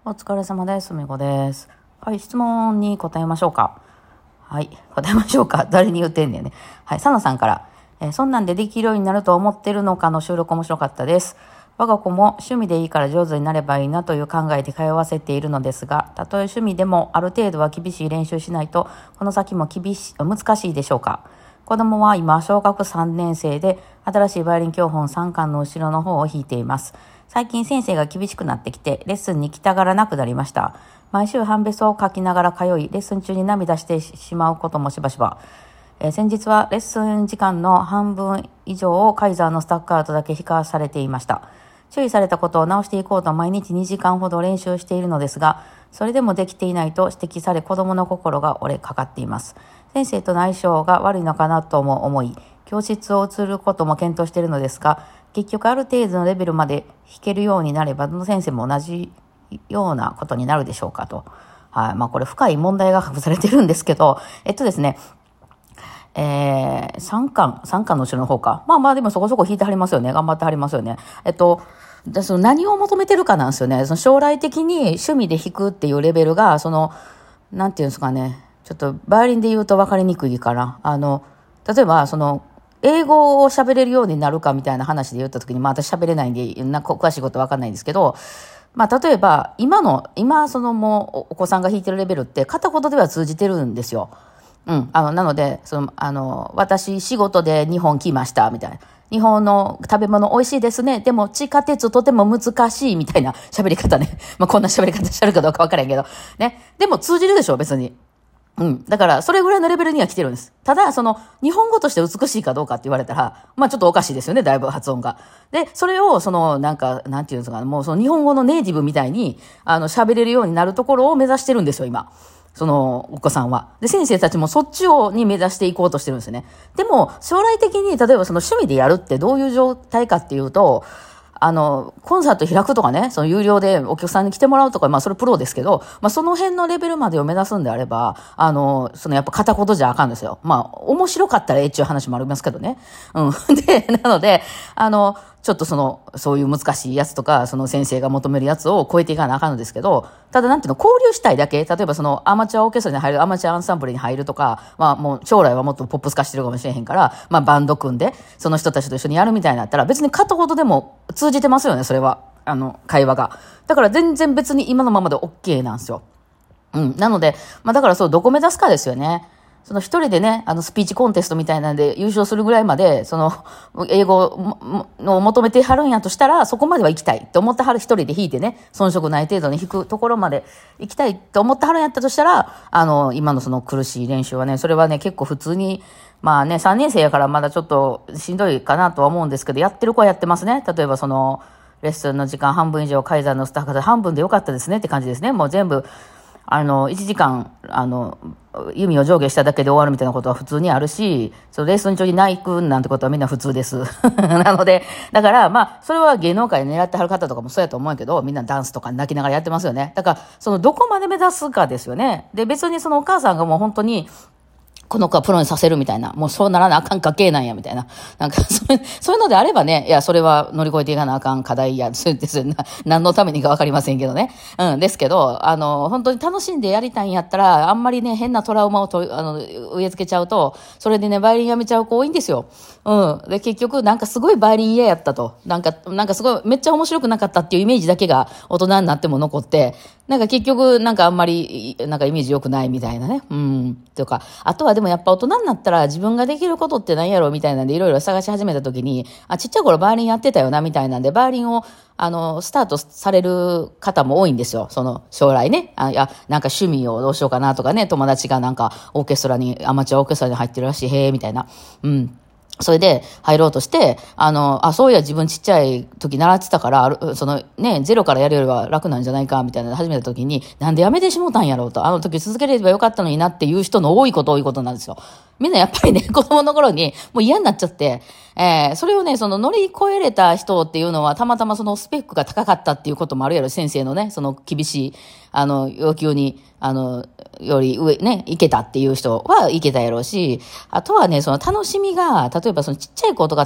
お疲れ様です。みこです。はい、質問に答えましょうか。はい、答えましょうか。誰に言ってんねんね。はい、サナさんから、そんなんでできるようになると思ってるのかの収録面白かったです。我が子も趣味でいいから上手になればいいなという考えで通わせているのですが、たとえ趣味でもある程度は厳しい練習しないと、この先も難しいでしょうか。子供は今、小学3年生で、新しいバイオリン教本3巻の後ろの方を弾いています。最近先生が厳しくなってきて、レッスンに来たがらなくなりました。毎週半べそを書きながら通い、レッスン中に涙してしまうこともしばしば。先日はレッスン時間の半分以上をカイザーのスタッカートだけ弾かされていました。注意されたことを直していこうと毎日2時間ほど練習しているのですが、それでもできていないと指摘され、子供の心が折れかかっています。先生との相性が悪いのかなとも思い、教室を移ることも検討しているのですが、結局ある程度のレベルまで弾けるようになれば、どの先生も同じようなことになるでしょうかと。はい。これ深い問題が隠されてるんですけど、ですね、3巻の後ろの方か。でもそこそこ弾いてはりますよね。頑張ってはりますよね。その何を求めてるかなんですよね。その将来的に趣味で弾くっていうレベルが、なんていうんですかね。ちょっとバイオリンで言うと分かりにくいかな。例えば、英語を喋れるようになるかみたいな話で言ったときに、私喋れないんで、詳しいこと分かんないんですけど、例えば、今、もう、お子さんが弾いてるレベルって、片言では通じてるんですよ。なので、私、仕事で日本来ました、みたいな。日本の食べ物美味しいですね。でも、地下鉄とても難しい、みたいな喋り方ね。こんな喋り方してるかどうか分からんけど。ね。でも、通じるでしょ、別に。だから、それぐらいのレベルには来てるんです。ただ、日本語として美しいかどうかって言われたら、ちょっとおかしいですよね、だいぶ発音が。で、それを、なんていうんですかね、もう日本語のネイティブみたいに、喋れるようになるところを目指してるんですよ、今。お子さんは。で、先生たちもそっちに目指していこうとしてるんですよね。でも、将来的に、例えば趣味でやるってどういう状態かっていうと、コンサート開くとかね、有料でお客さんに来てもらうとか、それプロですけど、その辺のレベルまでを目指すんであれば、やっぱ片言じゃあかんですよ。面白かったらっていう話もありますけどね。で、なので、ちょっとそういう難しいやつとか、先生が求めるやつを超えていかなあかんのですけど、ただ交流したいだけ、例えばアマチュアオーケストラに入る、アマチュアアンサンブルに入るとか、もう将来はもっとポップス化してるかもしれへんから、バンド組んで、その人たちと一緒にやるみたいになったら、別に片言でも通じてますよね、それは。会話が。だから全然別に今のままで OK なんですよ。なので、だからどこ目指すかですよね。一人でね、スピーチコンテストみたいなんで優勝するぐらいまで、英語を求めてはるんやとしたら、そこまでは行きたいって思ってはる、一人で弾いてね、遜色ない程度に弾くところまで行きたいって思ってはるんやったとしたら、今の苦しい練習はね、それはね、結構普通に、3年生やからまだちょっとしんどいかなとは思うんですけど、やってる子はやってますね。例えばレッスンの時間半分以上、カイザーのスタッフで半分でよかったですねって感じですね。もう全部、1時間、弓を上下しただけで終わるみたいなことは普通にあるし、レッスン中に泣くなんてことはみんな普通です。なので、だから、それは芸能界で狙ってはる方とかもそうやと思うけど、みんなダンスとか泣きながらやってますよね。だから、どこまで目指すかですよね。で、別にお母さんがもう本当に、この子はプロにさせるみたいな、もうそうならなあかん家系なんやみたいな。そういうのであればね、いや、それは乗り越えていかなあかん課題や、そうですよ。何のためにかわかりませんけどね。ですけど、本当に楽しんでやりたいんやったら、あんまりね、変なトラウマを植え付けちゃうと、それでね、バイオリンやめちゃう子多いんですよ。で、結局、すごいバイオリン嫌やったと。すごい、めっちゃ面白くなかったっていうイメージだけが大人になっても残って、結局、あんまり、イメージ良くないみたいなね。とか。あとはでもやっぱ大人になったら自分ができることって何やろみたいなんでいろいろ探し始めた時に、ちっちゃい頃バイオリンやってたよなみたいなんで、バイオリンを、スタートされる方も多いんですよ。将来ね。趣味をどうしようかなとかね、友達がアマチュアオーケストラに入ってるらしい、へーみたいな。それで入ろうとして、そういや自分ちっちゃい時習ってたから、ゼロからやるよりは楽なんじゃないか、みたいなの始めた時に、なんでやめてしもうたんやろうと、あの時続ければよかったのになっていう人の多いことなんですよ。みんなやっぱりね、子供の頃にもう嫌になっちゃって、それをね、乗り越えれた人っていうのは、たまたまスペックが高かったっていうこともあるやろ、先生のね、厳しい、要求に、より上ね、いけたっていう人はいけたやろうし、あとはね、楽しみが、例えばちっちゃい子とかって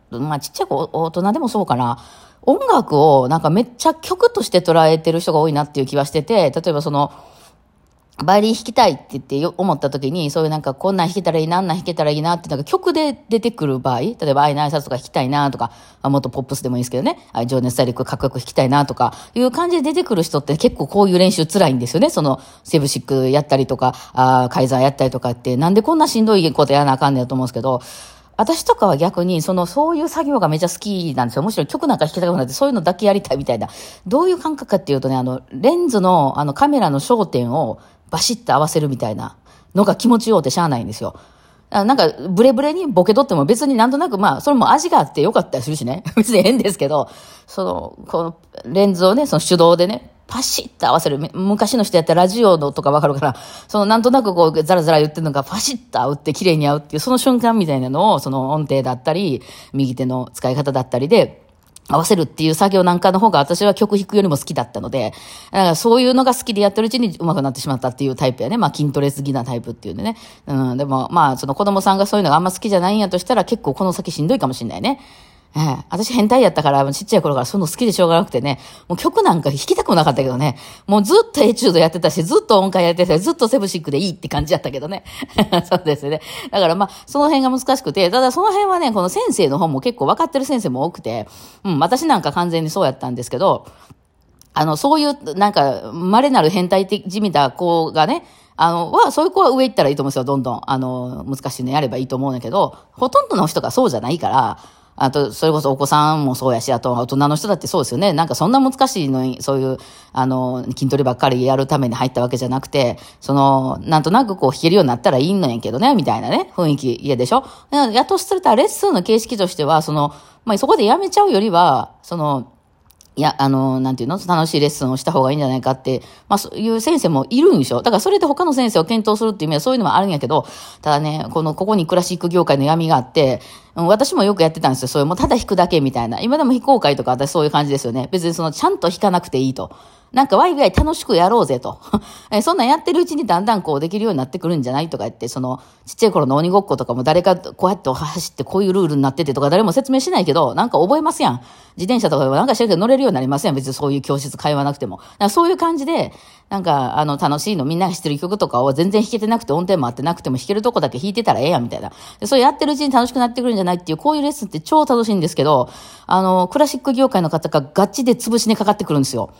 まあちっちゃい子、大人でもそうかな。音楽をなんかめっちゃ曲として捉えてる人が多いなっていう気はしてて、例えばその、バイオリン弾きたいって言って思った時に、そういうなんかこんなん弾けたらいいな、あんなん弾けたらいいなってなんか曲で出てくる場合、例えば愛の挨拶とか弾きたいなとか、もっとポップスでもいいですけどね、情熱大陸かっこよく弾きたいなとかいう感じで出てくる人って結構こういう練習辛いんですよね。そのセブシックやったりとか、カイザーやったりとかって、なんでこんなしんどいことやらなあかんねやと思うんですけど、私とかは逆に、そういう作業がめちゃ好きなんですよ。むしろ曲なんか弾きたくなって、そういうのだけやりたいみたいな。どういう感覚かっていうとね、レンズの、カメラの焦点をバシッと合わせるみたいなのが気持ちようってしゃあないんですよ。なんか、ブレブレにボケとっても別になんとなく、まあ、それも味があってよかったりするしね。別に変ですけど、このレンズをね、その手動でね、パシッと合わせる。昔の人やったらラジオのとかわかるから、なんとなくこう、ザラザラ言ってるのがパシッと合うって綺麗に合うっていう、その瞬間みたいなのを、その音程だったり、右手の使い方だったりで、合わせるっていう作業なんかの方が私は曲弾くよりも好きだったので、だからそういうのが好きでやってるうちに上手くなってしまったっていうタイプやね。まあ筋トレ好きなタイプっていうね。でもまあその子供さんがそういうのがあんま好きじゃないんやとしたら結構この先しんどいかもしれないね。私変態やったから、ちっちゃい頃からそういうの好きでしょうがなくてね、もう曲なんか弾きたくもなかったけどね、もうずっとエチュードやってたし、ずっと音階やってたし、ずっとセブシックでいいって感じやったけどね。そうですね。だからまあ、その辺が難しくて、ただその辺はね、この先生の方も結構分かってる先生も多くて、私なんか完全にそうやったんですけど、そういう、なんか、稀なる変態的じみた子がね、そういう子は上行ったらいいと思うんですよ、どんどん。難しいのやればいいと思うんだけど、ほとんどの人がそうじゃないから、あと、それこそお子さんもそうやし、あと大人の人だってそうですよね。なんかそんな難しいのに、そういう、筋トレばっかりやるために入ったわけじゃなくて、なんとなくこう弾けるようになったらいいのやけどね、みたいなね、雰囲気嫌でしょ。やっとするとレッスンの形式としては、まあ、そこでやめちゃうよりは、いや、なんていうの楽しいレッスンをした方がいいんじゃないかって、まあそういう先生もいるんでしょ。だからそれで他の先生を検討するっていう意味はそういうのもあるんやけど、ただね、ここにクラシック業界の闇があって、私もよくやってたんですよ。そういうもうただ弾くだけみたいな。今でも非公開とか私そういう感じですよね。別にちゃんと弾かなくていいと。なんかワイワイ楽しくやろうぜと。そんなんやってるうちにだんだんこうできるようになってくるんじゃないとか言って、ちっちゃい頃の鬼ごっことかも誰かこうやって走ってこういうルールになっててとか誰も説明しないけど、なんか覚えますやん。自転車とかでもなんか知らんけど乗れるようになりますやん。別にそういう教室通わなくても。そういう感じで、なんか楽しいのみんなが知ってる曲とかを全然弾けてなくて音程も合ってなくても弾けるとこだけ弾いてたらええやんみたいな。で、そうやってるうちに楽しくなってくるんじゃないっていう、こういうレッスンって超楽しいんですけど、クラシック業界の方がガチで潰しにかかってくるんですよ。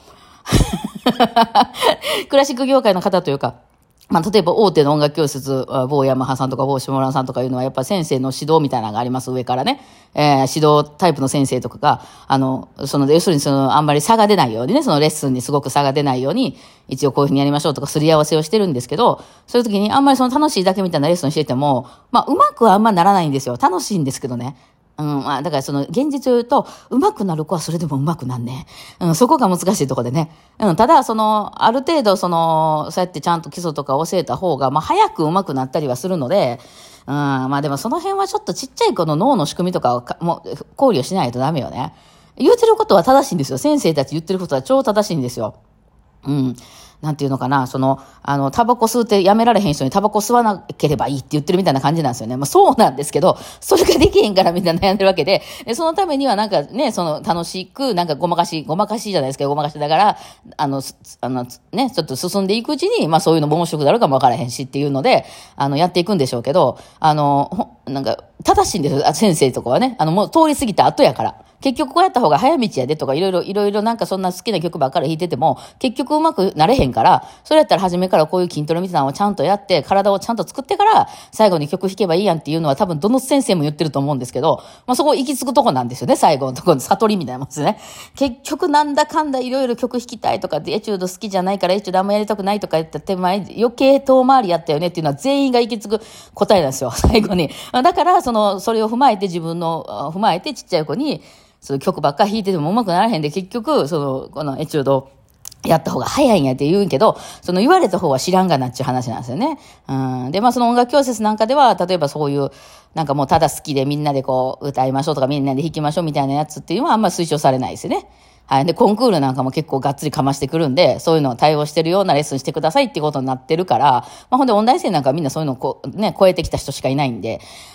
クラシック業界の方というか、まあ、例えば大手の音楽教室、某ヤマハさんとか某下村さんとかいうのはやっぱ先生の指導みたいなのがあります、上からね。指導タイプの先生とかが、要するにあんまり差が出ないようにね、そのレッスンにすごく差が出ないように、一応こういうふうにやりましょうとかすり合わせをしてるんですけど、そういう時にあんまり楽しいだけみたいなレッスンしてても、まあ、うまくはあんまならないんですよ。楽しいんですけどね。まあ、だから現実を言うと、上手くなる子はそれでも上手くなんね。そこが難しいところでね。ただ、ある程度、そうやってちゃんと基礎とか教えた方が、まあ、早く上手くなったりはするので、まあでもその辺はちょっとちっちゃい子の脳の仕組みとかをもう考慮しないとダメよね。言ってることは正しいんですよ。先生たち言ってることは超正しいんですよ。なんていうのかな、タバコ吸うてやめられへん人にタバコ吸わなければいいって言ってるみたいな感じなんですよね。まあそうなんですけど、それができへんからみんな悩んでるわけで、そのためにはなんかね、楽しく、なんかごまかしじゃないですけど、ごまかしだから、ね、ちょっと進んでいくうちに、まあそういうのも面白くなるかもわからへんしっていうので、やっていくんでしょうけど、なんか、正しいんですよ、先生とかはね。もう通り過ぎた後やから。結局こうやった方が早道やでとかいろいろなんかそんな好きな曲ばっかり弾いてても結局うまくなれへんから、それやったら初めからこういう筋トレみたいなのをちゃんとやって体をちゃんと作ってから最後に曲弾けばいいやんっていうのは多分どの先生も言ってると思うんですけど、まあそこ行き着くとこなんですよね、最後のところ悟りみたいなもんですね。結局なんだかんだいろいろ曲弾きたいとかエチュード好きじゃないからエチュードあんまやりたくないとか言った手前余計遠回りやったよねっていうのは全員が行き着く答えなんですよ、最後に。だからそれを踏まえて踏まえてちっちゃい子に曲ばっかり弾いてても上手くならへんで、結局、このエチュードやった方が早いんやって言うんけど、言われた方は知らんがなっちゅう話なんですよね。で、まあ音楽教室なんかでは、例えばそういう、なんかもうただ好きでみんなでこう歌いましょうとかみんなで弾きましょうみたいなやつっていうのはあんまり推奨されないですよね。はい。で、コンクールなんかも結構がっつりかましてくるんで、そういうのを対応してるようなレッスンしてくださいっていうことになってるから、まあほんで音大生なんかみんなそういうのを超えてきた人しかいないんで、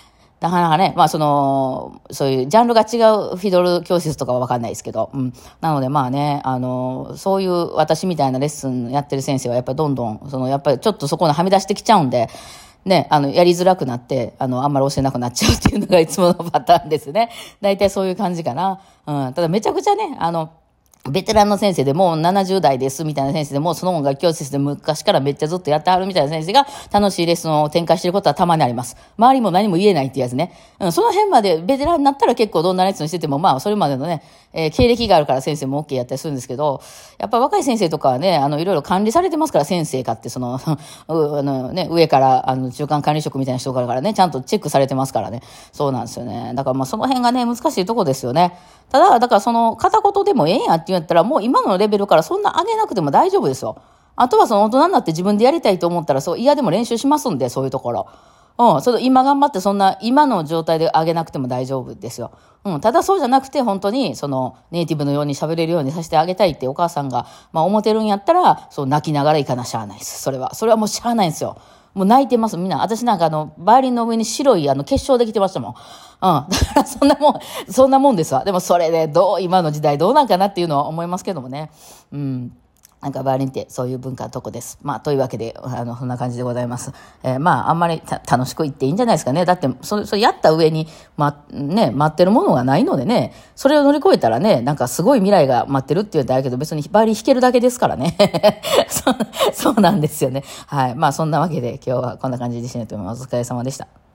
なかなかね、まあそういうジャンルが違うフィドル教室とかはわかんないですけど、なのでまあね、そういう私みたいなレッスンやってる先生はやっぱりどんどん、やっぱりちょっとそこのはみ出してきちゃうんで、ね、やりづらくなって、あんまり教えなくなっちゃうっていうのがいつものパターンですね。大体そういう感じかな。ただめちゃくちゃね、ベテランの先生でもう70代ですみたいな先生でもその音楽教室で昔からめっちゃずっとやってはるみたいな先生が楽しいレッスンを展開していることはたまにあります。周りも何も言えないっていうやつね。その辺までベテランになったら結構どんなレッスンしててもまあそれまでのね、経歴があるから先生も OK やったりするんですけど、やっぱ若い先生とかはね、いろいろ管理されてますから先生かって上から中間管理職みたいな人からね、ちゃんとチェックされてますからね。そうなんですよね。だからまあその辺がね、難しいとこですよね。ただ、だから片言でもええんやって言うんやったら、もう今のレベルからそんな上げなくても大丈夫ですよ。あとは大人になって自分でやりたいと思ったら、嫌でも練習しますんで、そういうところ。今頑張って今の状態で上げなくても大丈夫ですよ。ただそうじゃなくて、本当に、ネイティブのように喋れるようにさせてあげたいってお母さんが、まあ思ってるんやったら、泣きながら行かなしゃあないです。それはもうしゃあないんですよ。もう泣いてます。みんな、私なんかバイオリンの上に白い結晶できてましたもん。だからそんなもんですわ。でもそれで今の時代どうなんかなっていうのは思いますけどもね。なんかバイオリンってそういう文化のとこです。まあ、というわけで、そんな感じでございます。まあ、あんまり楽しく言っていいんじゃないですかね。だって、それやった上に、待ってるものがないのでね、それを乗り越えたらね、なんかすごい未来が待ってるって言うとあるけど、別にバイオリン弾けるだけですからね。そうなんですよね。はい。まあ、そんなわけで今日はこんな感じでしないと思います。お疲れ様でした。